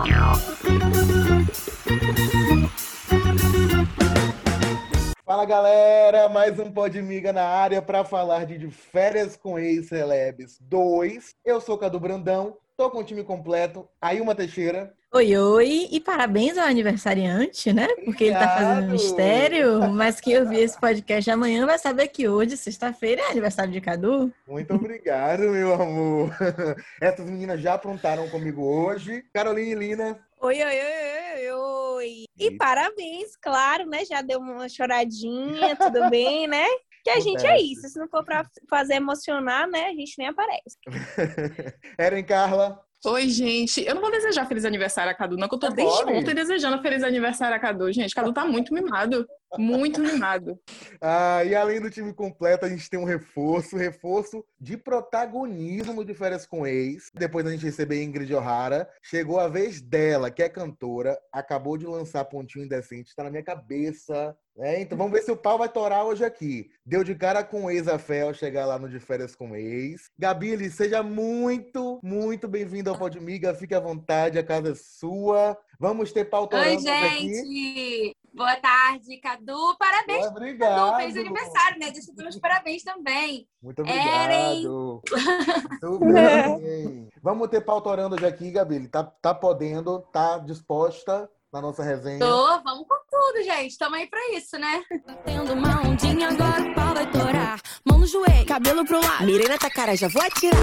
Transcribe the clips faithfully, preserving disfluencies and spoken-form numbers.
Fala galera, mais um Podmiga na área para falar de, de Férias com Ex-Celebs dois. Eu sou Cadu Brandão, tô com o time completo, Ailma Teixeira. Oi, oi, e parabéns ao aniversariante, né? Porque ele tá fazendo mistério, mas quem ouvir esse podcast amanhã vai saber que hoje, sexta-feira, é aniversário de Cadu. Muito obrigado, meu amor. Essas meninas já aprontaram comigo hoje. Carolina e Lina. Oi, oi, oi, oi, oi. E parabéns, claro, né? Já deu uma choradinha, tudo bem, né? Que a gente é isso. Se não for pra fazer emocionar, né? A gente nem aparece. Eren Carla. Oi, gente. Eu não vou desejar feliz aniversário a Cadu, não, que eu tô Você desde pode? ontem desejando feliz aniversário a Cadu. Gente, Cadu tá muito mimado. Muito mimado. Ah, e além do time completo, a gente tem um reforço, reforço de protagonismo de Férias com Ex. Depois da gente receber Ingrid O'Hara, chegou a vez dela, que é cantora, acabou de lançar Pontinho Indecente, tá na minha cabeça. É, então vamos ver se o pau vai torar hoje aqui. Deu de cara com o ex-Afé ao chegar lá no De Férias com Ex. Gabi, seja muito, muito bem-vinda ao Podmiga. Fique à vontade, a casa é sua. Vamos ter pau torando Oi, hoje aqui. gente! Boa tarde, Cadu. Parabéns, Obrigado. Cadu. Fez aniversário, né? Deixa eu dar os parabéns também. Muito Eren. obrigado. Muito bem. Vamos ter pau torando hoje aqui, Gabi. Tá, tá podendo, tá disposta na nossa resenha? Tô, vamos com tudo, gente. Tamo aí pra isso, né? Tendo uma ondinha, agora o pau vai torar. Mão no joelho, cabelo pro lado. Mirei na tua cara, já vou atirar.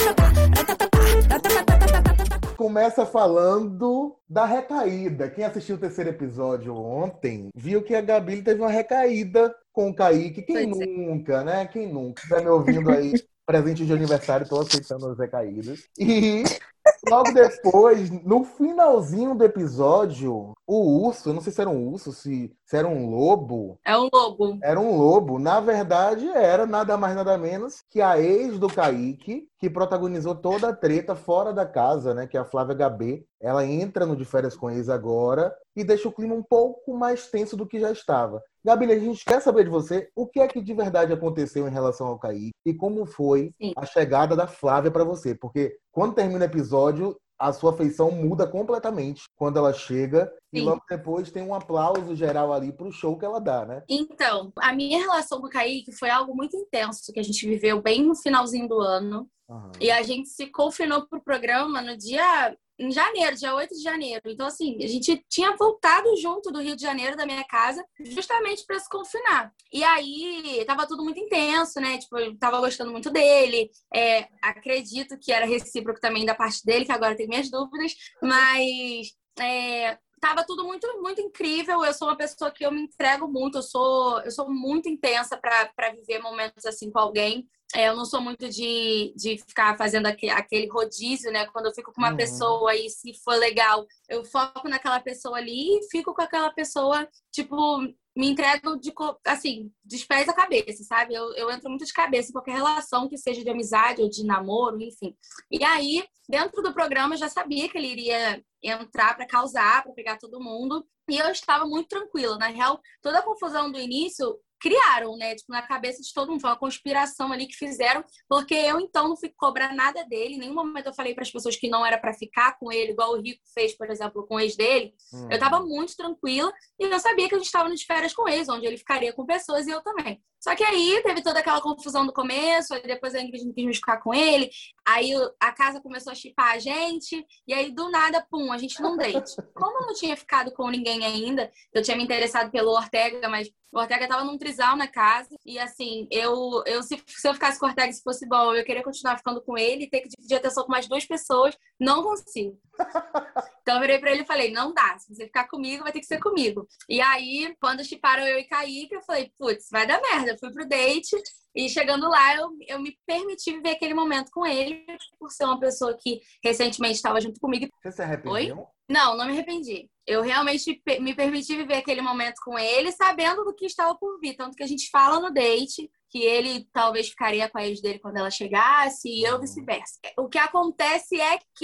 Começa falando da recaída. Quem assistiu o terceiro episódio ontem viu que a Gabi teve uma recaída com o Kaique. Quem Pois é. nunca, né? Quem nunca? Tá me ouvindo aí, presente de aniversário, tô aceitando as recaídas. E logo depois, no finalzinho do episódio, o urso, eu não sei se era um urso, se, se era um lobo. É um lobo. Era um lobo. Na verdade, era nada mais, nada menos que a ex do Kaique, que protagonizou toda a treta fora da casa, né? Que é a Flávia Gabê. Ela entra no De Férias com Ex agora e deixa o clima um pouco mais tenso do que já estava. Gabi, a gente quer saber de você o que é que de verdade aconteceu em relação ao Kaique e como foi Sim. a chegada da Flávia para você. Porque quando termina o episódio, a sua feição muda completamente quando ela chega. E Sim. logo depois tem um aplauso geral ali pro show que ela dá, né? Então, a minha relação com o Kaique foi algo muito intenso que a gente viveu bem no finalzinho do ano. Uhum. E a gente se confinou pro programa no dia... em janeiro, dia oito de janeiro. Então, assim, a gente tinha voltado junto do Rio de Janeiro, da minha casa, justamente para se confinar. E aí, tava tudo muito intenso, né? Tipo, eu tava gostando muito dele. É, acredito que era recíproco também da parte dele, que agora tem minhas dúvidas. Mas... É, tava tudo muito, muito incrível. Eu sou uma pessoa que eu me entrego muito. Eu sou, eu sou muito intensa para viver momentos assim com alguém. É, eu não sou muito de, de ficar fazendo aquele, aquele rodízio, né? Quando eu fico com uma Uhum. pessoa e se for legal, eu foco naquela pessoa ali e fico com aquela pessoa, tipo, me entrego de, assim, dos pés à cabeça, sabe? Eu, eu entro muito de cabeça em qualquer relação, que seja de amizade ou de namoro, enfim. E aí, dentro do programa, eu já sabia que ele iria entrar para causar, para pegar todo mundo. E eu estava muito tranquila. Na real, toda a confusão do início criaram, né? Tipo, na cabeça de todo mundo. Foi uma conspiração ali que fizeram, porque eu, então, não fui cobrar nada dele. Em nenhum momento eu falei para as pessoas que não era para ficar com ele, igual o Rico fez, por exemplo, com o ex dele. Hum. Eu tava muito tranquila e eu sabia que a gente estava de férias com ex, onde ele ficaria com pessoas e eu também. Só que aí teve toda aquela confusão do começo, aí depois a Ingrid não quis me ficar com ele, aí a casa começou a chipar a gente, e aí do nada, pum, a gente num date. Como eu não tinha ficado com ninguém ainda, eu tinha me interessado pelo Ortega, mas o Ortega tava num trisal na casa, e assim, eu, eu se, se eu ficasse com o Ortega, se fosse bom, eu queria continuar ficando com ele e ter que dividir a atenção com mais duas pessoas, não consigo. Então eu virei pra ele e falei, não dá, se você ficar comigo, vai ter que ser comigo. E aí, quando chiparam eu e Kaique, eu falei, putz, vai dar merda. Eu fui pro date e chegando lá, eu, eu me permiti viver aquele momento com ele, por ser uma pessoa que recentemente estava junto comigo. Você se arrependeu? Oi? Não, não me arrependi. Eu realmente me permiti viver aquele momento com ele, sabendo do que estava por vir. Tanto que a gente fala no date que ele talvez ficaria com a ex dele quando ela chegasse e eu vice-versa. O que acontece é que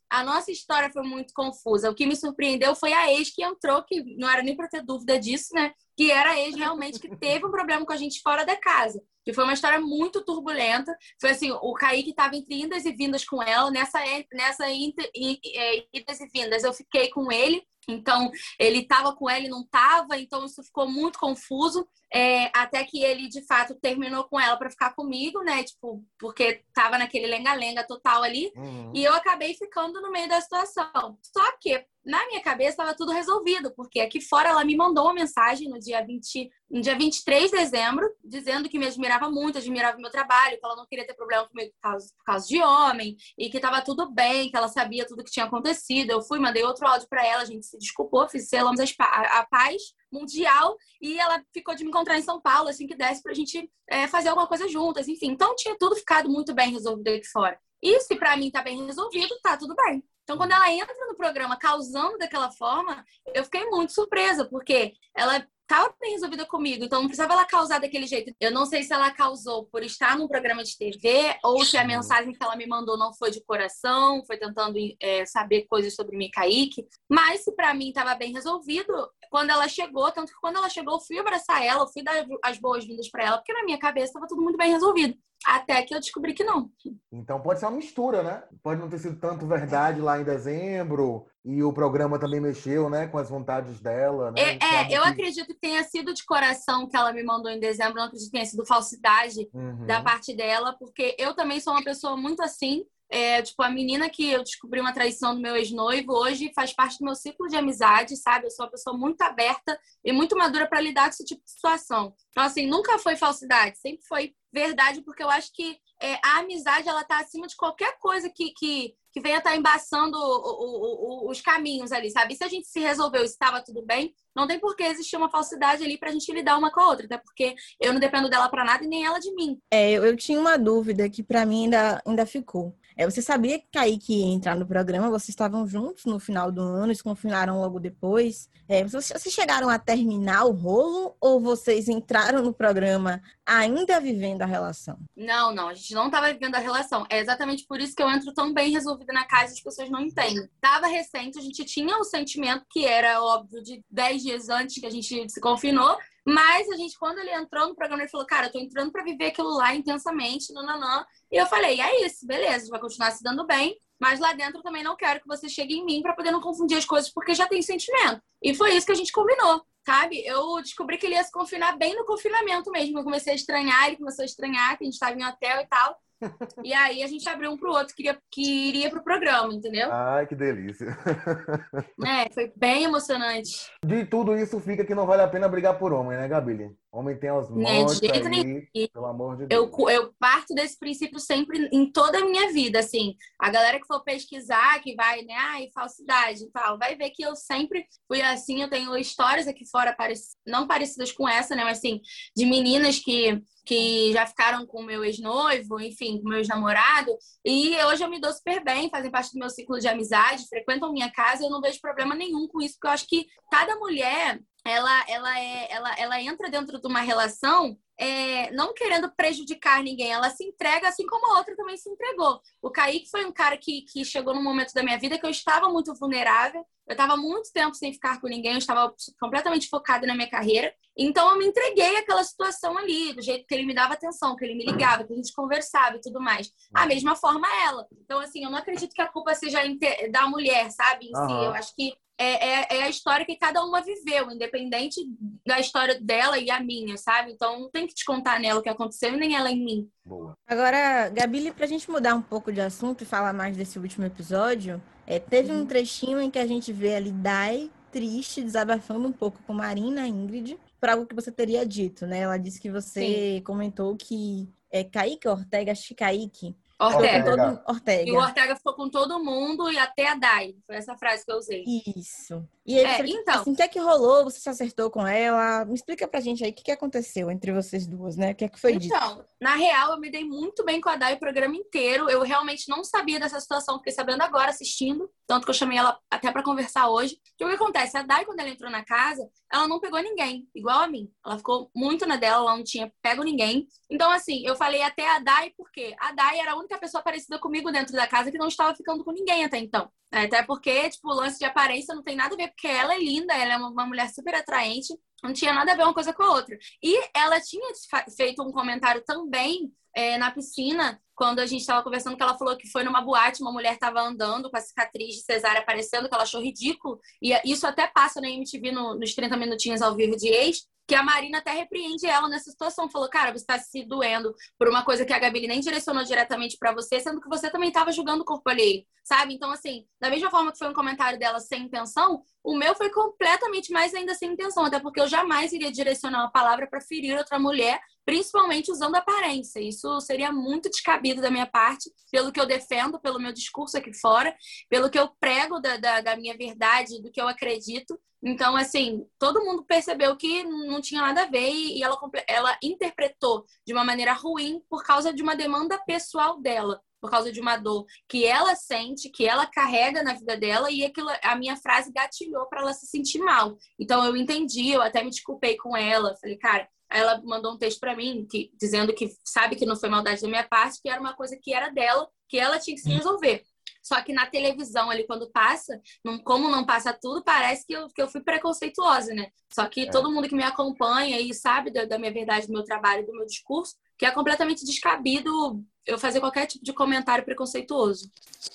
a nossa história foi muito confusa. O que me surpreendeu foi a ex que entrou, que não era nem para ter dúvida disso, né? Que era a ex realmente que teve um problema com a gente fora da casa. Que foi uma história muito turbulenta. Foi assim, o Kaique estava entre indas e vindas com ela. Nessa, nessa inter, idas e vindas, eu fiquei com ele. Então, ele estava com ela e não estava. Então, isso ficou muito confuso. É, até que ele, de fato, terminou com ela para ficar comigo, né? Tipo, porque tava naquele lenga-lenga total ali. Uhum. E eu acabei ficando no meio da situação. Só que, na minha cabeça, estava tudo resolvido. Porque aqui fora ela me mandou uma mensagem no dia vinte, no dia vinte e três de dezembro, dizendo que me admirava muito, admirava o meu trabalho, que ela não queria ter problema comigo por causa, por causa de homem, e que tava tudo bem, que ela sabia tudo que tinha acontecido. Eu fui, mandei outro áudio para ela, a gente se desculpou, fiz selamos a paz mundial, e ela ficou de me encontrar em São Paulo, assim que desse, pra gente é, fazer alguma coisa juntas, enfim. Então tinha tudo ficado muito bem resolvido aqui fora. E se pra mim tá bem resolvido, tá tudo bem. Então quando ela entra no programa causando daquela forma, eu fiquei muito surpresa, porque ela estava bem resolvida comigo, então não precisava ela causar daquele jeito. Eu não sei se ela causou por estar num programa de T V ou se a mensagem que ela me mandou não foi de coração, foi tentando é, saber coisas sobre mim e Kaique. Mas se pra mim estava bem resolvido, quando ela chegou, tanto que quando ela chegou, eu fui abraçar ela, eu fui dar as boas-vindas para ela, porque na minha cabeça estava tudo muito bem resolvido. Até que eu descobri que não. Então pode ser uma mistura, né? Pode não ter sido tanto verdade lá em dezembro e o programa também mexeu, né? Com as vontades dela, né? É, é eu que... acredito que tenha sido de coração que ela me mandou em dezembro. Não acredito que tenha sido falsidade uhum. da parte dela, porque eu também sou uma pessoa muito assim. É, tipo, a menina que eu descobri uma traição do meu ex-noivo hoje faz parte do meu ciclo de amizade, sabe? Eu sou uma pessoa muito aberta e muito madura para lidar com esse tipo de situação. Então, assim, nunca foi falsidade, sempre foi verdade, porque eu acho que é, a amizade, ela tá acima de qualquer coisa que, que, que venha estar tá embaçando o, o, o, os caminhos ali, sabe? E se a gente se resolveu e estava tudo bem, não tem por que existir uma falsidade ali pra gente lidar uma com a outra, até porque eu não dependo dela pra nada e nem ela de mim. É, eu, eu tinha uma dúvida que pra mim ainda, ainda ficou. É, você sabia que Kaique ia entrar no programa? Vocês estavam juntos no final do ano, se confinaram logo depois. É, vocês, vocês chegaram a terminar o rolo ou vocês entraram no programa ainda vivendo a relação? Não, não. A gente não estava vivendo a relação. É exatamente por isso que eu entro tão bem resolvida na casa e as pessoas não entendem. Tava recente, a gente tinha o sentimento que era óbvio de dez dias antes que a gente se confinou. Mas a gente, quando ele entrou no programa, ele falou, cara, eu tô entrando pra viver aquilo lá intensamente, nananã. E eu falei, é isso, beleza, a gente vai continuar se dando bem, mas lá dentro eu também não quero que você chegue em mim pra poder não confundir as coisas, porque já tem sentimento. E foi isso que a gente combinou, sabe? Eu descobri que ele ia se confinar bem no confinamento mesmo. Eu comecei a estranhar, ele começou a estranhar, que a gente tava em hotel e tal. E aí a gente abriu um pro outro que iria, que iria pro programa, entendeu? Ai, que delícia. É, foi bem emocionante. De tudo isso fica que não vale a pena brigar por homem, né, Gabi? Homem tem os montes de jeito aí, nenhum. pelo amor de Deus. Eu, eu parto desse princípio sempre em toda a minha vida, assim. A galera que for pesquisar, que vai, né, ai, falsidade e tal, vai ver que eu sempre fui assim. Eu tenho histórias aqui fora, não parecidas com essa, né, mas assim, de meninas que... que já ficaram com o meu ex-noivo, enfim, com o meu ex-namorado, e hoje eu me dou super bem, fazem parte do meu ciclo de amizade, frequentam minha casa, e eu não vejo problema nenhum com isso, porque eu acho que cada mulher, ela, ela, é, ela, ela entra dentro de uma relação é, não querendo prejudicar ninguém, ela se entrega assim como a outra também se entregou. O Kaique foi um cara que, que chegou num momento da minha vida que eu estava muito vulnerável, eu estava muito tempo sem ficar com ninguém, eu estava completamente focada na minha carreira, então eu me entreguei àquela situação ali, do jeito que ele me dava atenção, que ele me ligava, que a gente conversava e tudo mais. A mesma forma ela. Então, assim, eu não acredito que a culpa seja da mulher, sabe, em si. Eu acho que É, é, é a história que cada uma viveu, independente da história dela e a minha, sabe? Então, não tem que te contar nela o que aconteceu e nem ela em mim. Boa. Agora, Gabi, pra gente mudar um pouco de assunto e falar mais desse último episódio, é, teve uhum. um trechinho em que a gente vê ali Dai triste, desabafando um pouco com Marina, Ingrid, por algo que você teria dito, né? Ela disse que você Sim. comentou que é Kaique Ortega, acho que Kaique... Ortega. Todo... Ortega. E o Ortega ficou com todo mundo e até a Dai. Foi essa frase que eu usei. Isso. E aí, é, você, então... assim, o que é que rolou? Você se acertou com ela? Me explica pra gente aí o que, que aconteceu entre vocês duas, né? O que é que foi então, dito? Então, na real, eu me dei muito bem com a Dai o programa inteiro. Eu realmente não sabia dessa situação. Fiquei sabendo agora, assistindo. Tanto que eu chamei ela até pra conversar hoje. O que acontece? A Dai, quando ela entrou na casa, ela não pegou ninguém, igual a mim. Ela ficou muito na dela, ela não tinha pego ninguém. Então, assim, eu falei até a Dai, por quê? A Dai era a única pessoa parecida comigo dentro da casa que não estava ficando com ninguém até então. Até porque, tipo, o lance de aparência não tem nada a ver, porque ela é linda, ela é uma mulher super atraente, não tinha nada a ver uma coisa com a outra. E ela tinha feito um comentário também é, na piscina, quando a gente estava conversando, que ela falou que foi numa boate, uma mulher estava andando com a cicatriz de cesárea aparecendo, que ela achou ridículo. E isso até passa na M T V no, nos trinta minutinhos ao vivo de ex, que a Marina até repreende ela nessa situação. Falou, cara, você está se doendo por uma coisa que a Gabi nem direcionou diretamente para você, sendo que você também estava julgando o corpo alheio, sabe? Então, assim, da mesma forma que foi um comentário dela sem intenção, o meu foi completamente mais ainda sem intenção, até porque eu jamais iria direcionar uma palavra para ferir outra mulher, principalmente usando aparência. Isso seria muito descabido da minha parte, pelo que eu defendo, pelo meu discurso aqui fora, pelo que eu prego da, da, da minha verdade, do que eu acredito. Então, assim, todo mundo percebeu que não tinha nada a ver e ela, ela interpretou de uma maneira ruim por causa de uma demanda pessoal dela, por causa de uma dor que ela sente, que ela carrega na vida dela, e aquilo, a minha frase gatilhou para ela se sentir mal. Então, eu entendi, eu até me desculpei com ela. Falei, cara, aí ela mandou um texto para mim que, dizendo que sabe que não foi maldade da minha parte, que era uma coisa que era dela, que ela tinha que se resolver. Só que na televisão ali, quando passa, não, como não passa tudo, parece que eu, que eu fui preconceituosa, né? Só que é. Todo mundo que me acompanha e sabe da, da minha verdade, do meu trabalho, do meu discurso, que é completamente descabido eu fazer qualquer tipo de comentário preconceituoso.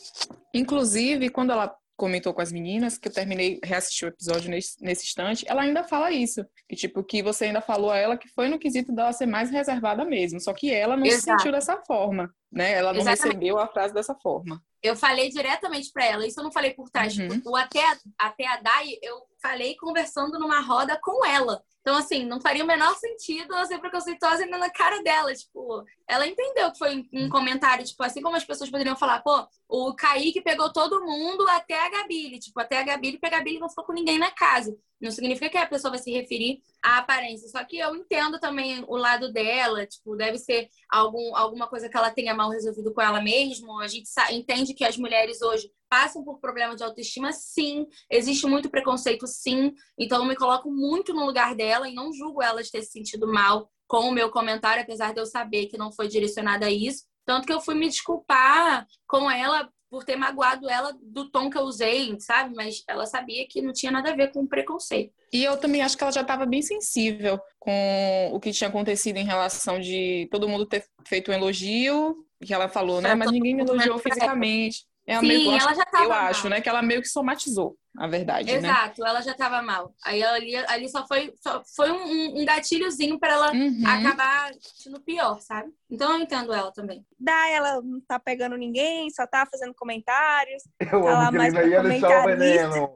Inclusive, quando ela comentou com as meninas, que eu terminei, reassisti o episódio nesse, nesse instante, ela ainda fala isso. Que, tipo, que você ainda falou a ela que foi no quesito dela ser mais reservada mesmo. Só que ela não Exato. Se sentiu dessa forma, né? Ela não Exatamente. Recebeu a frase dessa forma. Eu falei diretamente para ela, isso eu não falei por trás. Uhum. Tipo, até, a, até a Dai, eu falei conversando numa roda com ela. Então, assim, não faria o menor sentido eu ser preconceituosa ainda na cara dela. Tipo, ela entendeu que foi um comentário, tipo, assim como as pessoas poderiam falar, pô, o Kaique pegou todo mundo até a Gabi. Tipo, até a Gabi, porque a Gabi não ficou com ninguém na casa. Não significa que a pessoa vai se referir à aparência. Só que eu entendo também o lado dela. Tipo, deve ser algum, alguma coisa que ela tenha mal resolvido com ela mesma. A gente entende que as mulheres hoje passam por problema de autoestima, sim. Existe muito preconceito, sim. Então, eu me coloco muito no lugar dela e não julgo elas ter se sentido mal com o meu comentário, apesar de eu saber que não foi direcionada a isso. Tanto que eu fui me desculpar com ela por ter magoado ela do tom que eu usei, sabe? Mas ela sabia que não tinha nada a ver com preconceito. E eu também acho que ela já estava bem sensível com o que tinha acontecido em relação de todo mundo ter feito um elogio, que ela falou, né? Mas ninguém me elogiou fisicamente. É Sim, meio, eu ela acho, já tava Eu mal. acho, né? Que ela meio que somatizou, a verdade, Exato, né? ela já tava mal. Aí ali, ali só foi, só foi um, um gatilhozinho pra ela Uhum. acabar sendo pior, sabe? Então eu entendo ela também. Da ela não tá pegando ninguém, só tá fazendo comentários. Eu Tá lá amo que mais ele pra ia deixar o comentarista. veneno.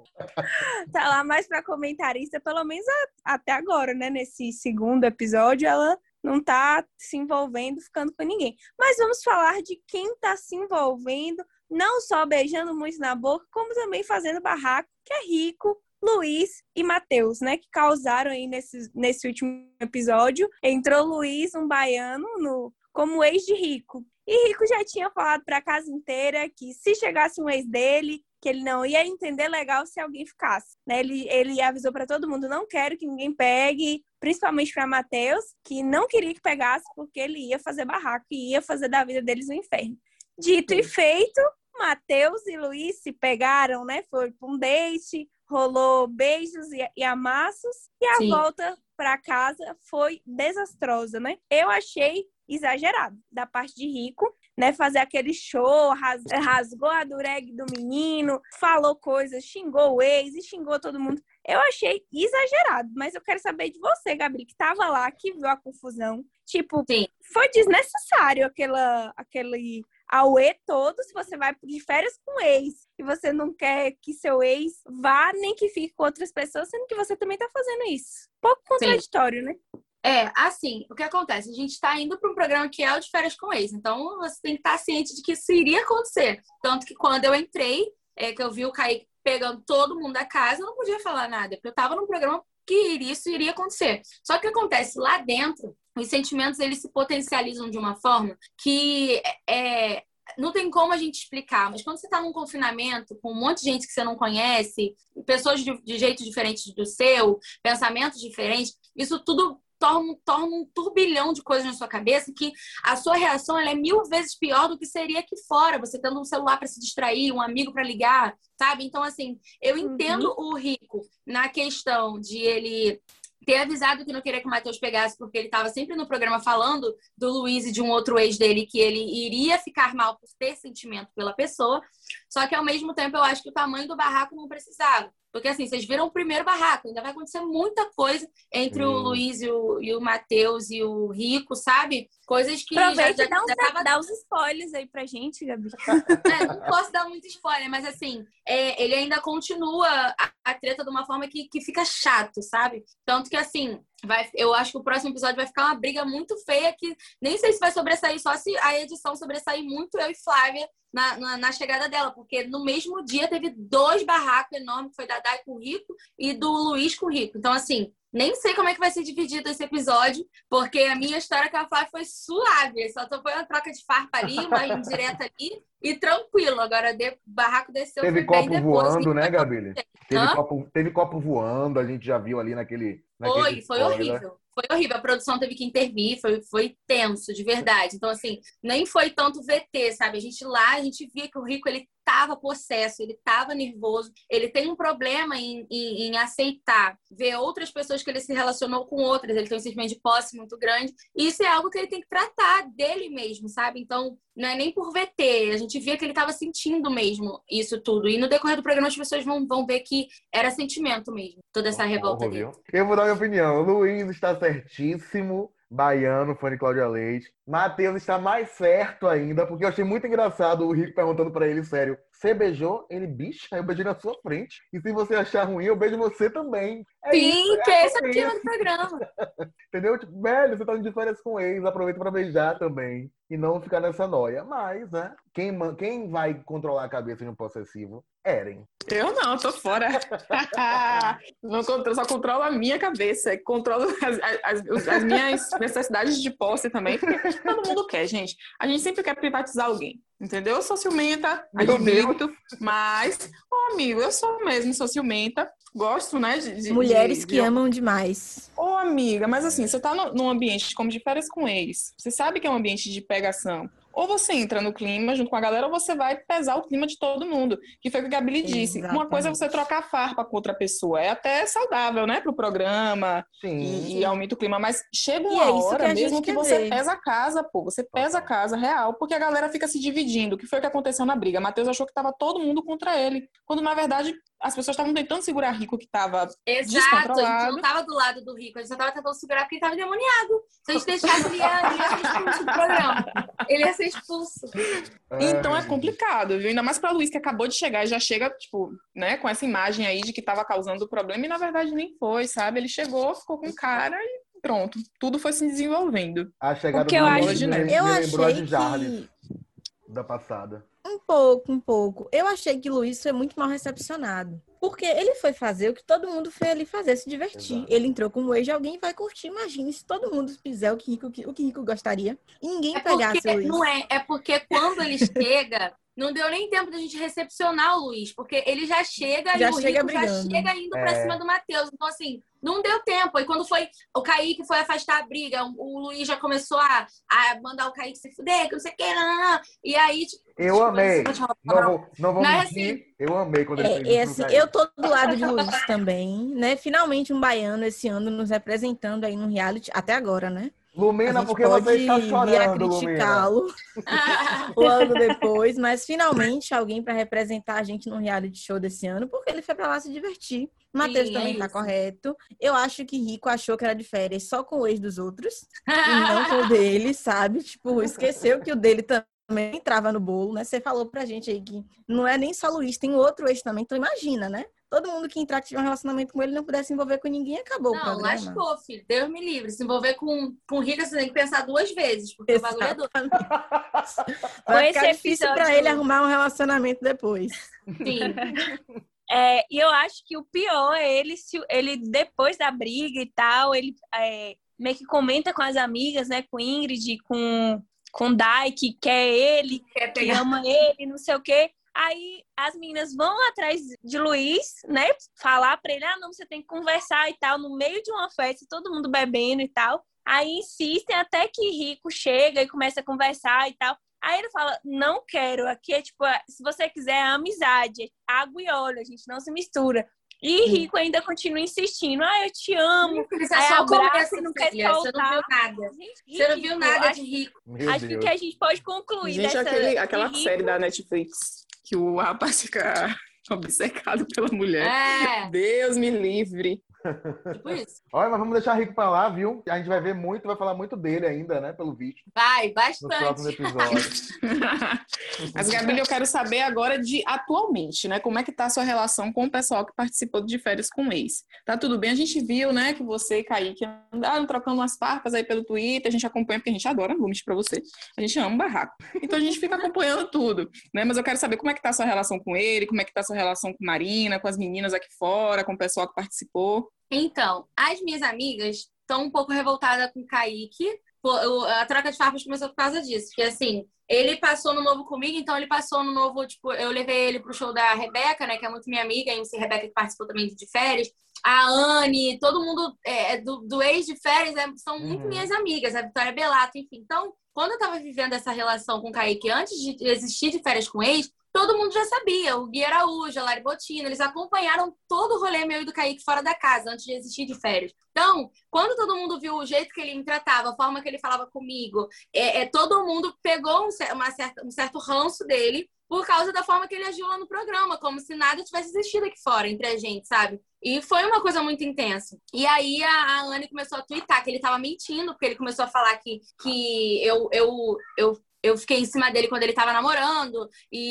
Tá lá mais pra comentarista, pelo menos a- até agora, né? Nesse segundo episódio, ela não tá se envolvendo, ficando com ninguém. Mas vamos falar de quem tá se envolvendo, não só beijando muito na boca, como também fazendo barraco, que é Rico, Luiz e Matheus, né? Que causaram aí nesse, nesse último episódio. Entrou Luiz, um baiano, no, como ex de Rico. E Rico já tinha falado pra casa inteira que se chegasse um ex dele, que ele não ia entender legal se alguém ficasse, né? Ele, ele avisou pra todo mundo, não quero que ninguém pegue, principalmente pra Matheus, que não queria que pegasse porque ele ia fazer barraco e ia fazer da vida deles um inferno. Dito e feito, Matheus e Luiz se pegaram, né? Foi para um date, rolou beijos e, e amassos, e a Sim. volta para casa foi desastrosa, né? Eu achei exagerado da parte de Rico, né? Fazer aquele show, ras, rasgou a dureg do menino, falou coisas, xingou o ex e xingou todo mundo. Eu achei exagerado, mas eu quero saber de você, Gabi, que tava lá, que viu a confusão. Tipo, Sim. foi desnecessário aquela, aquele auê todo se você vai de férias com o ex e você não quer que seu ex vá nem que fique com outras pessoas, sendo que você também tá fazendo isso. Pouco contraditório, Sim. né? É, assim, o que acontece? A gente tá indo para um programa que é o de férias com ex, então você tem que estar ciente de que isso iria acontecer. Tanto que quando eu entrei, é, que eu vi o Kaique pegando todo mundo da casa, eu não podia falar nada, porque eu tava num programa que isso iria acontecer. Só que o que acontece lá dentro, os sentimentos eles se potencializam de uma forma que é, não tem como a gente explicar, mas quando você está num confinamento com um monte de gente que você não conhece, pessoas de, de jeitos diferentes do seu, pensamentos diferentes, isso tudo torna, torna um turbilhão de coisas na sua cabeça que a sua reação ela é mil vezes pior do que seria aqui fora, você tendo um celular para se distrair, um amigo para ligar, sabe? Então, assim, eu entendo uhum. o Rico na questão de ele ter avisado que não queria que o Matheus pegasse, porque ele estava sempre no programa falando do Luiz e de um outro ex dele, que ele iria ficar mal por ter sentimento pela pessoa. Só que, ao mesmo tempo, eu acho que o tamanho do barraco não precisava. Porque, assim, vocês viram o primeiro barraco, ainda vai acontecer muita coisa entre hum. o Luiz e o, e o Matheus e o Rico, sabe? Coisas que... Aproveita já, já, e dá, uns, já tava... dá uns spoilers aí pra gente, Gabi. É, não posso dar muito spoiler, mas, assim, é, ele ainda continua a, a treta de uma forma que, que fica chato, sabe? Tanto que, assim, vai, eu acho que o próximo episódio vai ficar uma briga muito feia que nem sei se vai sobressair, só se a edição sobressair muito eu e Flávia Na, na, na chegada dela, porque no mesmo dia teve dois barracos enormes, que foi da Dai com o Rico e do Luiz com o Rico. Então, assim, nem sei como é que vai ser dividido esse episódio, porque a minha história com a Flávia foi suave. Só foi uma troca de farpa ali, uma indireta ali, e tranquilo. Agora, o barraco desceu Teve foi copo bem depois. voando, né, Gabi? Teve Hã? copo, teve copo voando, a gente já viu ali naquele... naquele Foi, foi spoiler. horrível. Foi horrível. A produção teve que intervir, foi, foi tenso, de verdade. Então, assim, nem foi tanto V T, sabe? A gente lá, a gente via que o Rico, ele tava possesso, ele tava nervoso, ele tem um problema em, em, em aceitar, ver outras pessoas que ele se relacionou com outras, ele tem um sentimento de posse muito grande, e isso é algo que ele tem que tratar dele mesmo, sabe? Então, não é nem por V T, a gente via que ele tava sentindo mesmo isso tudo, e no decorrer do programa as pessoas vão, vão ver que era sentimento mesmo, toda essa revolta dele. Eu vou dar minha opinião, o Luiz está certíssimo, baiano, fã de Cláudia Leite. Matheus está mais certo ainda, porque eu achei muito engraçado o Rico perguntando pra ele, sério, você beijou? Ele, bicha, eu beijei na sua frente. E se você achar ruim, eu beijo você também. É Sim, isso, que é é esse aqui no programa. Entendeu? Tipo, velho, você tá de férias com ex, aproveita pra beijar também. E não ficar nessa noia. Mas, né, quem, quem vai controlar a cabeça de um possessivo? Eren. Eu não, tô fora. Não controlo, só controlo a minha cabeça. Controlo as, as, as minhas necessidades de posse também. Porque todo mundo quer, gente. A gente sempre quer privatizar alguém. Entendeu? Eu sou ciumenta, admito. Mas, ô amigo, eu sou mesmo, sou ciumenta. Gosto, né? De, de, Mulheres de, que de... amam demais. Ô, amiga, mas assim, você tá no, num ambiente como de férias com ex. Você sabe que é um ambiente de pegação. Ou você entra no clima junto com a galera, ou você vai pesar o clima de todo mundo. Que foi o que a Gabi disse. Exatamente. Uma coisa é você trocar farpa com outra pessoa. É até saudável, né? Pro programa. Sim. E, e aumenta o clima. Mas chega uma é hora que mesmo que você ver. pesa a casa, pô. Você pesa a casa, real. Porque a galera fica se dividindo. O que foi o que aconteceu na briga? Matheus achou que tava todo mundo contra ele. Quando, na verdade, as pessoas estavam tentando segurar Rico, que tava Exato, a gente não tava do lado do Rico. A gente só tava tentando segurar porque ele tava endemoniado. Se a gente deixasse, ele ia, ele ia ser expulso do programa. Ele ia ser expulso. Então é complicado, viu? Ainda mais pra Luiz, que acabou de chegar e já chega, tipo, né, com essa imagem aí de que tava causando problema e na verdade nem foi, sabe? Ele chegou, ficou com cara e pronto. Tudo foi se desenvolvendo. A chegada Porque do eu Luiz acho- me, me Eu lembrou a achei de Jardim que... da passada. Um pouco, um pouco. Eu achei que Luiz foi muito mal recepcionado. Porque ele foi fazer o que todo mundo foi ali fazer, se divertir. Exato. Ele entrou como ex de alguém e vai curtir. Imagine se todo mundo fizer o que Rico, o que Rico gostaria e ninguém É pegasse porque, o Luiz. não é, é porque quando ele chega, não deu nem tempo da gente recepcionar o Luiz, porque ele já chega Já e o chega Rico já brigando. chega indo pra É. cima do Matheus. Então, assim, não deu tempo. E quando foi o Kaique foi afastar a briga, o Luiz já começou a, a mandar o Kaique se fuder, que não sei o que, não, não, não. E aí, tipo, Eu desculpa, amei. desculpa te roubar, Não vou, não vou Mas, mentir. assim, Eu amei quando ele fez É, e isso. assim, no eu Kaique. tô do lado de Luiz também, né? Finalmente um baiano esse ano nos representando aí no reality, até agora, né? A Lumena, gente porque pode você está vir a chorando, Lumena. criticá-lo logo depois, mas finalmente alguém para representar a gente no reality show desse ano, porque ele foi pra lá se divertir. Matheus Sim, também é tá isso. correto. Eu acho que Rico achou que era de férias só com o ex dos outros e não com o dele, sabe? Tipo, esqueceu que o dele também entrava no bolo, né? Você falou pra gente aí que não é nem só Luiz, tem outro ex também, então imagina, né? Todo mundo que entrar que tiver um relacionamento com ele não pudesse se envolver com ninguém, acabou o Não, programa. lascou, filho. Deus me livre. Se envolver com, com rica, você tem que pensar duas vezes, porque o bagulho é doido. Vai Com ficar esse difícil episódio- pra ele arrumar um relacionamento depois. Sim. É, e eu acho que o pior é ele, se, ele depois da briga e tal, ele é, meio que comenta com as amigas, né? Com Ingrid, com, com Dai, que quer ele, Quer que pegar. ama ele, não sei o quê. Aí as meninas vão atrás de Luiz, né? Falar pra ele, ah, não, você tem que conversar e tal, no meio de uma festa, todo mundo bebendo e tal. Aí insistem até que Rico chega e começa a conversar e tal. Aí ele fala, não quero, aqui é tipo, se você quiser é amizade, água e óleo, a gente não se mistura. E Rico ainda continua insistindo, ah, eu te amo. Você Aí só abraça começa, e não quer filha, você não viu soltar. nada. Gente, Você não viu ridículo. nada Acho, de Rico. Meu acho que Deus. o que a gente pode concluir Gente, dessa... aquele, aquela de Rico, série da Netflix que o rapaz fica obcecado pela mulher. É, Deus me livre. tipo isso. Olha, mas vamos deixar Rico pra lá, viu? A gente vai ver muito, vai falar muito dele ainda, né? Pelo visto, Vai, nos próximos bastante. episódios. Mas, Gabi, eu quero saber agora de atualmente, né? Como é que tá a sua relação com o pessoal que participou de férias com o ex? Tá tudo bem? A gente viu, né, que você e Kaique andaram trocando umas farpas aí pelo Twitter, a gente acompanha porque a gente adora, vou mentir pra você. A gente ama um barraco. Então a gente fica acompanhando tudo, né? Mas eu quero saber como é que tá a sua relação com ele, como é que tá a sua relação com Marina, com as meninas aqui fora, com o pessoal que participou. Então, as minhas amigas estão um pouco revoltadas com o Kaique. Pô, eu- A troca de farpas começou por causa disso. Porque, assim, ele passou no Novo comigo, então ele passou no Novo, tipo, eu levei ele pro show da Rebeca, né, que é muito minha amiga, a M C Rebeca, que participou também de férias. A Anne, todo mundo é, do, do ex de férias é, são muito Uhum. minhas amigas, a Vitória Belato, enfim. Então, quando eu tava vivendo essa relação com o Kaique antes de existir de férias com ex, todo mundo já sabia. O Gui Araújo, a Lari Bottino, eles acompanharam todo o rolê meu e do Kaique fora da casa, antes de existir de férias. Então, quando todo mundo viu o jeito que ele me tratava, a forma que ele falava comigo, é, é, todo mundo pegou um, cer- uma certa, um certo ranço dele por causa da forma que ele agiu lá no programa, como se nada tivesse existido aqui fora entre a gente, sabe? E foi uma coisa muito intensa. E aí a, a Anne começou a twittar que ele tava mentindo, porque ele começou a falar que, que eu, eu, eu, eu fiquei em cima dele quando ele tava namorando.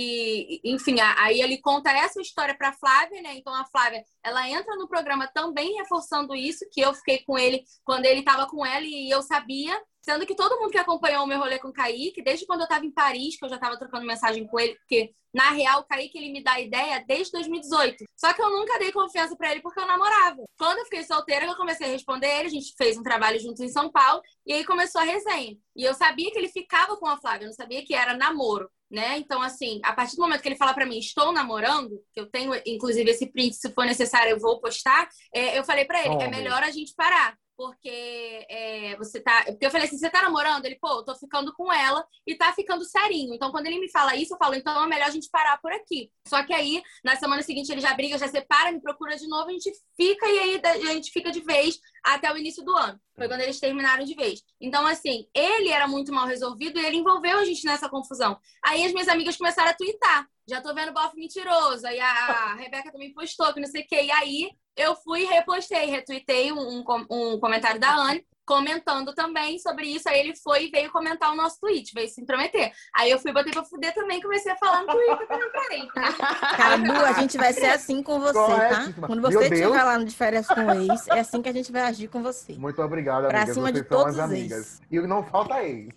E, enfim, a- aí ele conta essa história pra Flávia, né? Então a Flávia, ela entra no programa também reforçando isso, que eu fiquei com ele quando ele tava com ela e eu sabia. Sendo que todo mundo que acompanhou o meu rolê com o Kaique, desde quando eu tava em Paris, que eu já tava trocando mensagem com ele, porque, na real, o Kaique, ele me dá ideia desde dois mil e dezoito. Só que eu nunca dei confiança pra ele porque eu namorava. Quando eu fiquei solteira, eu comecei a responder ele, a gente fez um trabalho juntos em São Paulo, e aí começou a resenha. E eu sabia que ele ficava com a Flávia, eu não sabia que era namoro, né? Então, assim, a partir do momento que ele fala pra mim, estou namorando, que eu tenho, inclusive, esse print, se for necessário, eu vou postar, é, eu falei pra ele, é Tome. melhor a gente parar. Porque é, você tá. Porque eu falei assim: você tá namorando? Ele, pô, eu tô ficando com ela e tá ficando serinho. Então, quando ele me fala isso, eu falo, então é melhor a gente parar por aqui. Só que aí, na semana seguinte, ele já briga, já separa, me procura de novo, a gente fica e aí a gente fica de vez até o início do ano. Foi quando eles terminaram de vez. Então, assim, ele era muito mal resolvido e ele envolveu a gente nessa confusão. Aí as minhas amigas começaram a twittar. Já tô vendo bofe mentiroso. Aí a Rebeca também postou, que não sei o quê. E aí eu fui e repostei, retuitei um, um, um comentário da Anne, comentando também sobre isso. Aí ele foi e veio comentar o nosso tweet, veio se intrometer. Aí eu fui, botei pra fuder também, comecei a falar no Twitter também, parei. Cadu, a gente vai ser assim com você, tá? Corretíssima. Quando Meu você Deus. estiver lá no de férias com o ex, é assim que a gente vai agir com você. Muito obrigado, Pra amigas. cima de Vocês são todos as os amigas. E não falta ex.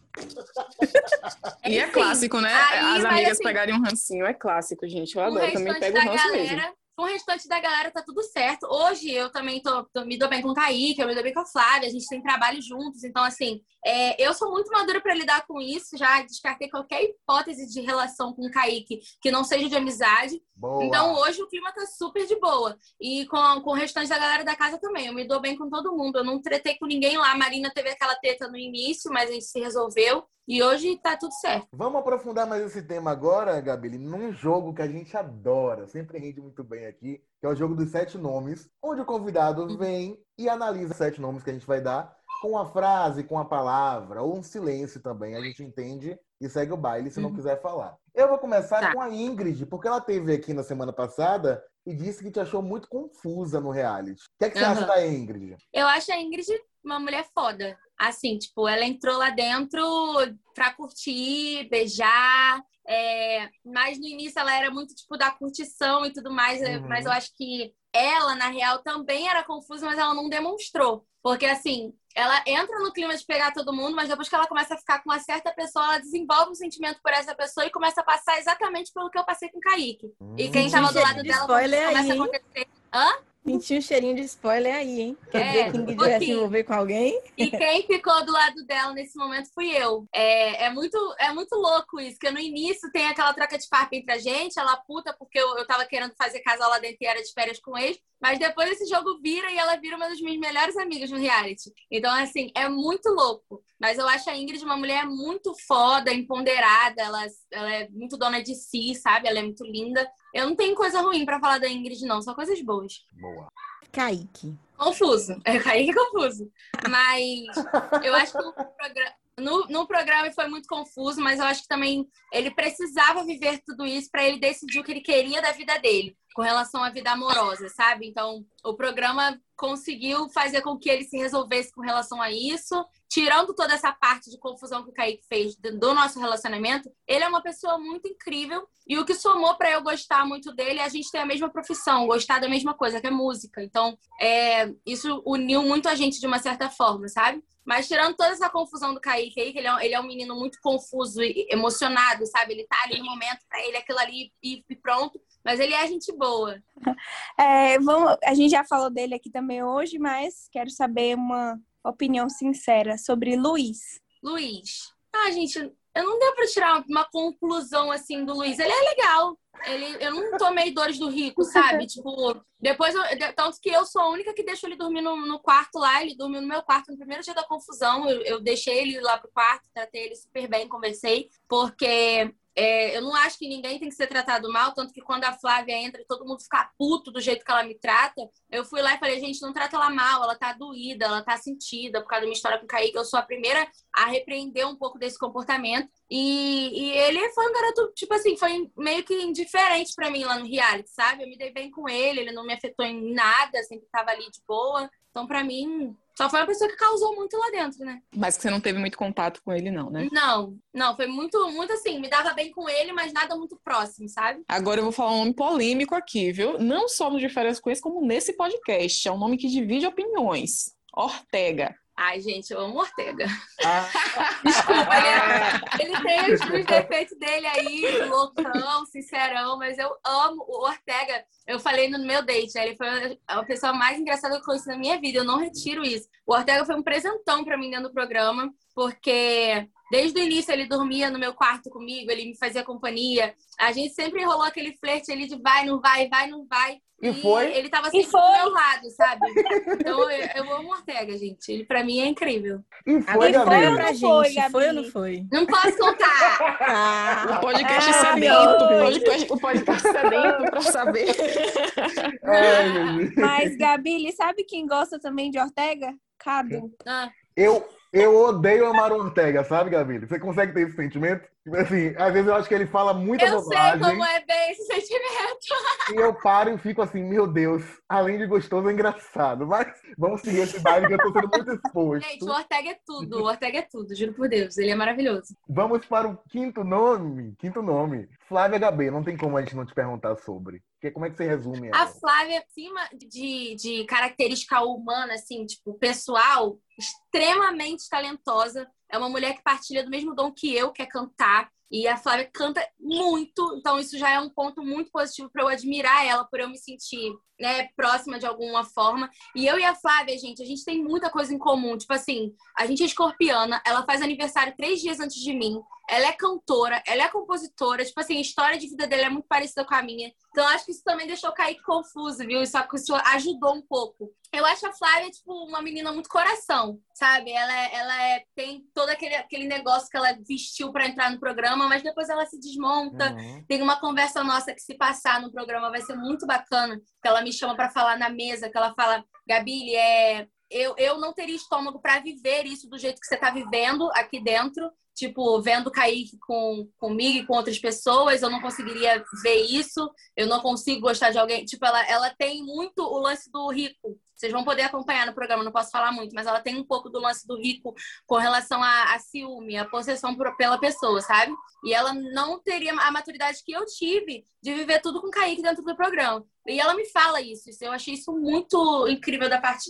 E é Enfim, clássico, né? aí, As mas, amigas assim, pegarem um rancinho, é clássico, gente. Eu Com o adoro, também restante pego o da ranço mesmo. galera, com o restante da galera tá tudo certo. Hoje eu também tô, tô- me dou bem com o Kaique, eu me dou bem com a Flávia, a gente tem trabalho juntos. Então, assim, é, eu sou muito madura pra lidar com isso. Já descartei qualquer hipótese de relação com o Kaique que não seja de amizade. Boa. Então, hoje o clima tá super de boa. E com, com o restante da galera da casa também. Eu me dou bem com todo mundo. Eu não tretei com ninguém lá. A Marina teve aquela treta no início, mas a gente se resolveu. E hoje tá tudo certo. Vamos aprofundar mais esse tema agora, Gabi, num jogo que a gente adora, sempre rende muito bem aqui, que é o jogo dos sete nomes, onde o convidado vem e analisa os sete nomes que a gente vai dar com a frase, com a palavra, ou um silêncio também. A gente entende e segue o baile se não Uhum. quiser falar. Eu vou começar Tá. com a Ingrid, porque ela esteve aqui na semana passada e disse que te achou muito confusa no reality. O que é que você Aham. acha da Ingrid? Eu acho a Ingrid uma mulher foda. Assim, tipo, ela entrou lá dentro pra curtir, beijar. é, Mas no início ela era muito, tipo, da curtição e tudo mais. é, Uhum. Mas eu acho que ela, na real, também era confusa, mas ela não demonstrou. Porque, assim, ela entra no clima de pegar todo mundo, mas depois que ela começa a ficar com uma certa pessoa, ela desenvolve um sentimento por essa pessoa e começa a passar exatamente pelo que eu passei com o Kaique. E quem Hum. tava do Cheio lado de dela spoiler começa aí, a hein? acontecer. Hã? Senti um cheirinho de spoiler aí, hein? Quer É, dizer que um Ingrid vai se pouquinho. envolver com alguém? E quem ficou do lado dela nesse momento fui eu. É, é, muito, é muito louco isso, que no início tem aquela troca de farpa entre a gente, ela puta porque eu, eu tava querendo fazer casal lá dentro e era de férias com ex, mas depois esse jogo vira e ela vira uma das minhas melhores amigas no reality. Então, assim, é muito louco. Mas eu acho a Ingrid uma mulher muito foda, empoderada, ela, ela é muito dona de si, sabe? Ela é muito linda. Eu não tenho coisa ruim pra falar da Ingrid, não, só coisas boas. Boa. Kaique. Confuso. É Kaique confuso. Mas eu acho que o programa... No, no programa foi muito confuso, mas eu acho que também ele precisava viver tudo isso para ele decidir o que ele queria da vida dele, com relação à vida amorosa, sabe? Então, o programa conseguiu fazer com que ele se resolvesse com relação a isso, tirando toda essa parte de confusão que o Kaique fez do nosso relacionamento. Ele é uma pessoa muito incrível e o que somou para eu gostar muito dele é a gente ter a mesma profissão, gostar da mesma coisa, que é música. Então, é, isso uniu muito a gente de uma certa forma, sabe? Mas tirando toda essa confusão do Kaique aí, que ele é, ele é um menino muito confuso e emocionado, sabe? Ele tá ali no momento pra ele, aquilo ali e, e pronto. Mas ele é gente boa. É, vamos, a gente já falou dele aqui também hoje, mas quero saber uma opinião sincera sobre Luiz. Luiz. Ah, gente, eu não deu pra tirar uma conclusão assim do Luiz. Ele é legal. Ele, eu não tomei dores do rico, sabe? Tipo, depois eu, tanto que eu sou a única que deixo ele dormir no, no quarto lá. Ele dormiu no meu quarto no primeiro dia da confusão. Eu, eu deixei ele lá pro quarto, tratei ele super bem, conversei, porque é, eu não acho que ninguém tem que ser tratado mal. Tanto que quando a Flávia entra e todo mundo fica puto do jeito que ela me trata, eu fui lá e falei, gente, não trata ela mal, ela tá doída, ela tá sentida por causa da minha história com o Kaique. Eu sou a primeira a repreender um pouco desse comportamento. E, e ele foi um garoto, tipo assim, foi meio que indiferente pra mim lá no reality, sabe? Eu me dei bem com ele, ele não me afetou em nada, sempre tava ali de boa. Então, pra mim, só foi uma pessoa que causou muito lá dentro, né? Mas que você não teve muito contato com ele, não, né? Não, não, foi muito, muito assim, me dava bem com ele, mas nada muito próximo, sabe? Agora eu vou falar um nome polêmico aqui, viu? Não só no De Férias com Ex, como nesse podcast. É um nome que divide opiniões. Ortega. Ai, gente, eu amo o Ortega. Ah, Desculpa, ele, ele tem os, os defeitos dele aí, loucão, sincerão, mas eu amo o Ortega. Eu falei no meu date, né? Ele foi a pessoa mais engraçada que eu conheci na minha vida, eu não retiro isso. O Ortega foi um presentão pra mim dentro do programa, porque desde o início ele dormia no meu quarto comigo, ele me fazia companhia. A gente sempre rolou aquele flerte ali de vai, não vai, vai, não vai. E foi? Ele tava sempre do meu lado, sabe? Então eu, eu amo o Ortega, gente. Ele pra mim é incrível. e foi, Agora Gabriel? foi pra gente, Foi, foi, Gabi? ou não foi? Não posso contar. Ah, O podcast ah, sedento, o foi. podcast, o podcast sedento pra saber. Ai, meu Deus. Mas, Gabi, sabe quem gosta também de Ortega? Cadu. Ah, Eu, eu odeio amar o Ortega, sabe, Gabi? Você consegue ter esse sentimento? Tipo assim, às vezes eu acho que ele fala muita eu sei bobagem. como é bem esse sentimento. E eu paro e fico assim, meu Deus, além de gostoso, é engraçado. Mas vamos seguir esse baile que eu tô sendo muito exposto. Gente, o Ortega é tudo. O Ortega é tudo, juro por Deus. Ele é maravilhoso. Vamos para o quinto nome. Quinto nome. Flávia H B, não tem como a gente não te perguntar sobre. Porque como é que você resume ela? A Flávia, acima de, de característica humana, assim, tipo, pessoal, extremamente talentosa. É uma mulher que partilha do mesmo dom que eu, que é cantar. E a Flávia canta muito, então isso já é um ponto muito positivo para eu admirar ela, por eu me sentir, né, próxima de alguma forma. E eu e a Flávia, gente, a gente tem muita coisa em comum. Tipo assim, a gente é escorpiana, ela faz aniversário três dias antes de mim. Ela é cantora, ela é compositora. Tipo assim, a história de vida dela é muito parecida com a minha. Então, acho que isso também deixou o Kaique confuso, viu? Só que isso ajudou um pouco. Eu acho a Flávia, tipo, uma menina muito coração, sabe? Ela, é, ela é, tem todo aquele, aquele negócio que ela vestiu pra entrar no programa, mas depois ela se desmonta. Uhum. Tem uma conversa nossa que, se passar no programa, vai ser muito bacana. Que ela me chama pra falar na mesa, que ela fala, Gabi, é... eu, eu não teria estômago pra viver isso do jeito que você tá vivendo aqui dentro. Tipo, vendo o Kaique com, comigo e com outras pessoas, eu não conseguiria ver isso, eu não consigo gostar de alguém. Tipo, ela, ela tem muito o lance do rico. Vocês vão poder acompanhar no programa, não posso falar muito, mas ela tem um pouco do lance do rico com relação a, a ciúme, a possessão por, pela pessoa, sabe? E ela não teria a maturidade que eu tive de viver tudo com o Kaique dentro do programa. E ela me fala isso, eu achei isso muito incrível da parte dela.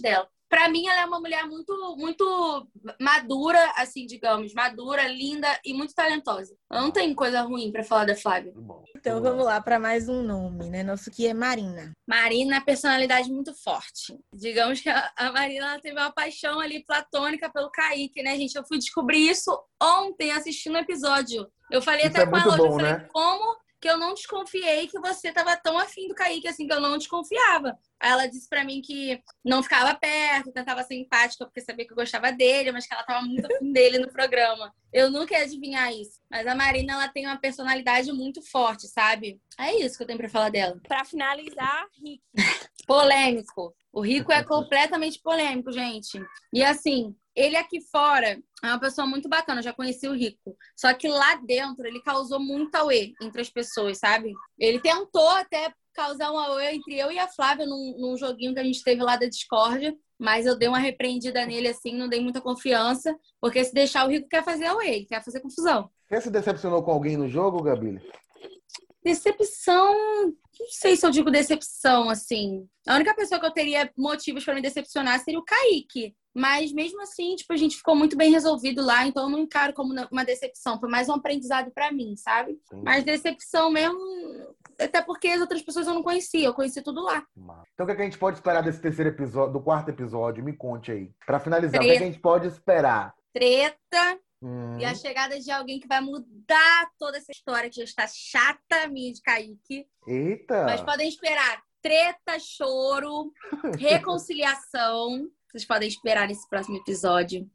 Pra mim, ela é uma mulher muito, muito madura, assim, digamos. Madura, linda e muito talentosa. Eu não tenho coisa ruim pra falar da Flávia. Então vamos lá para mais um nome, né? Nosso que é Marina. Marina é personalidade muito forte. Digamos que a a Marina ela teve uma paixão ali platônica pelo Kaique, né, gente? Eu fui descobrir isso ontem assistindo o episódio. Eu falei Isso até é com ela muito hoje, eu bom, falei, né? como que eu não desconfiei que você tava tão afim do Kaique, assim, que eu não desconfiava. Aí ela disse pra mim que não ficava perto, tentava ser empática porque sabia que eu gostava dele, mas que ela tava muito afim dele no programa. Eu nunca ia adivinhar isso. Mas a Marina, ela tem uma personalidade muito forte, sabe? É isso que eu tenho pra falar dela. Pra finalizar, Rick. Polêmico. O Rico é completamente polêmico, gente. E assim, ele aqui fora é uma pessoa muito bacana, eu já conheci o Rico. Só que lá dentro ele causou muito auê entre as pessoas, sabe? Ele tentou até causar um auê entre eu e a Flávia num, num joguinho que a gente teve lá da Discord, mas eu dei uma repreendida nele assim, não dei muita confiança, porque se deixar o Rico quer fazer auê, quer fazer confusão. Você se decepcionou com alguém no jogo, Gabi? Decepção, não sei se eu digo decepção, assim. A única pessoa que eu teria motivos para me decepcionar seria o Kaique. Mas mesmo assim, tipo, a gente ficou muito bem resolvido lá, então eu não encaro como uma decepção. Foi mais um aprendizado para mim, sabe? Sim. Mas decepção mesmo, até porque as outras pessoas eu não conhecia, eu conheci tudo lá. Então o que, é que a gente pode esperar desse terceiro episódio, do quarto episódio? Me conte aí. Pra finalizar, o que, é que a gente pode esperar? Treta Hum. e a chegada de alguém que vai mudar toda essa história que já está chata, minha de Kaique. Eita! Mas podem esperar treta, choro, reconciliação. Vocês podem esperar nesse próximo episódio.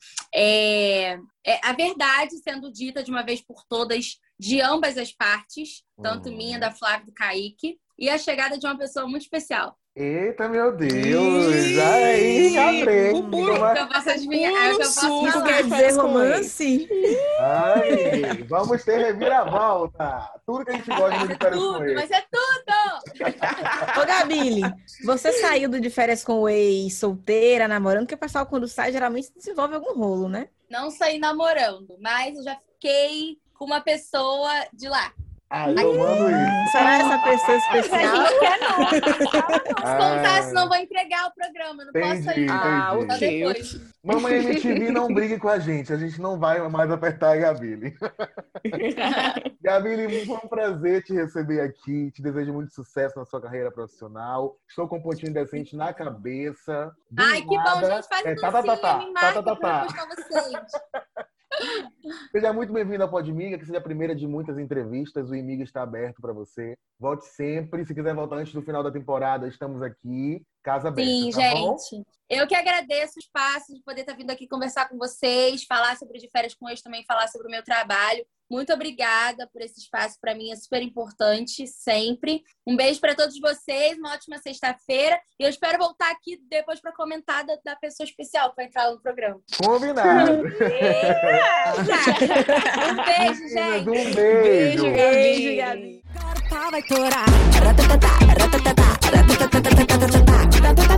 É, é a verdade sendo dita de uma vez por todas de ambas as partes, tanto Uhum. minha, da Flávia e do Kaique, e a chegada de uma pessoa muito especial. Eita, meu Deus! Aí, Gabriel! O puro- Que eu posso adivinhar, é o que eu posso Suco falar. Quer dizer romance? Ai, vamos ter reviravolta! Tudo que a gente gosta de Vai ser férias com tudo, ele. vai ser tudo! Ô, Gabile, você saiu do de férias com o ex solteira, namorando, porque o pessoal quando sai geralmente desenvolve algum rolo, né? Não saí namorando, mas eu já fiquei com uma pessoa de lá. Ai, tomando isso. Será essa pessoa Mas a especial? gente quer não. Fala não. Se contar, senão vou entregar o programa. Não posso Entendi, ir. Ah, entendi. Só ok. depois. Mamãe M T V, não brigue com a gente. A gente não vai mais apertar a Gabile. Gabile, foi um prazer te receber aqui. Te desejo muito sucesso na sua carreira profissional. Estou com um pontinho decente na cabeça. Do Ai, que bom, nada, gente. Faz é, é, tá, tá, tá, tá, me tá, marca tá, tá, pra eu tá. postar vocês. Seja muito bem-vindo ao Podmiga, que seja a primeira de muitas entrevistas. O Imiga está aberto para você. Volte sempre. Se quiser voltar antes do final da temporada, estamos aqui. Casa aberta, Sim, tá bom? gente. Eu que agradeço o espaço de poder estar vindo aqui conversar com vocês, falar sobre o De Férias com Ex, também falar sobre o meu trabalho. Muito obrigada por esse espaço, para mim é super importante, sempre. Um beijo para todos vocês, uma ótima sexta-feira. E eu espero voltar aqui depois para comentar da, da pessoa especial que vai entrar no programa. Combinado. Um beijo, gente. Um beijo. Beijo, Gabi. Beijo, Gabi. Agora o pau vai torar. Ratatata, ratatata, ratatata, ratatata, ratatata.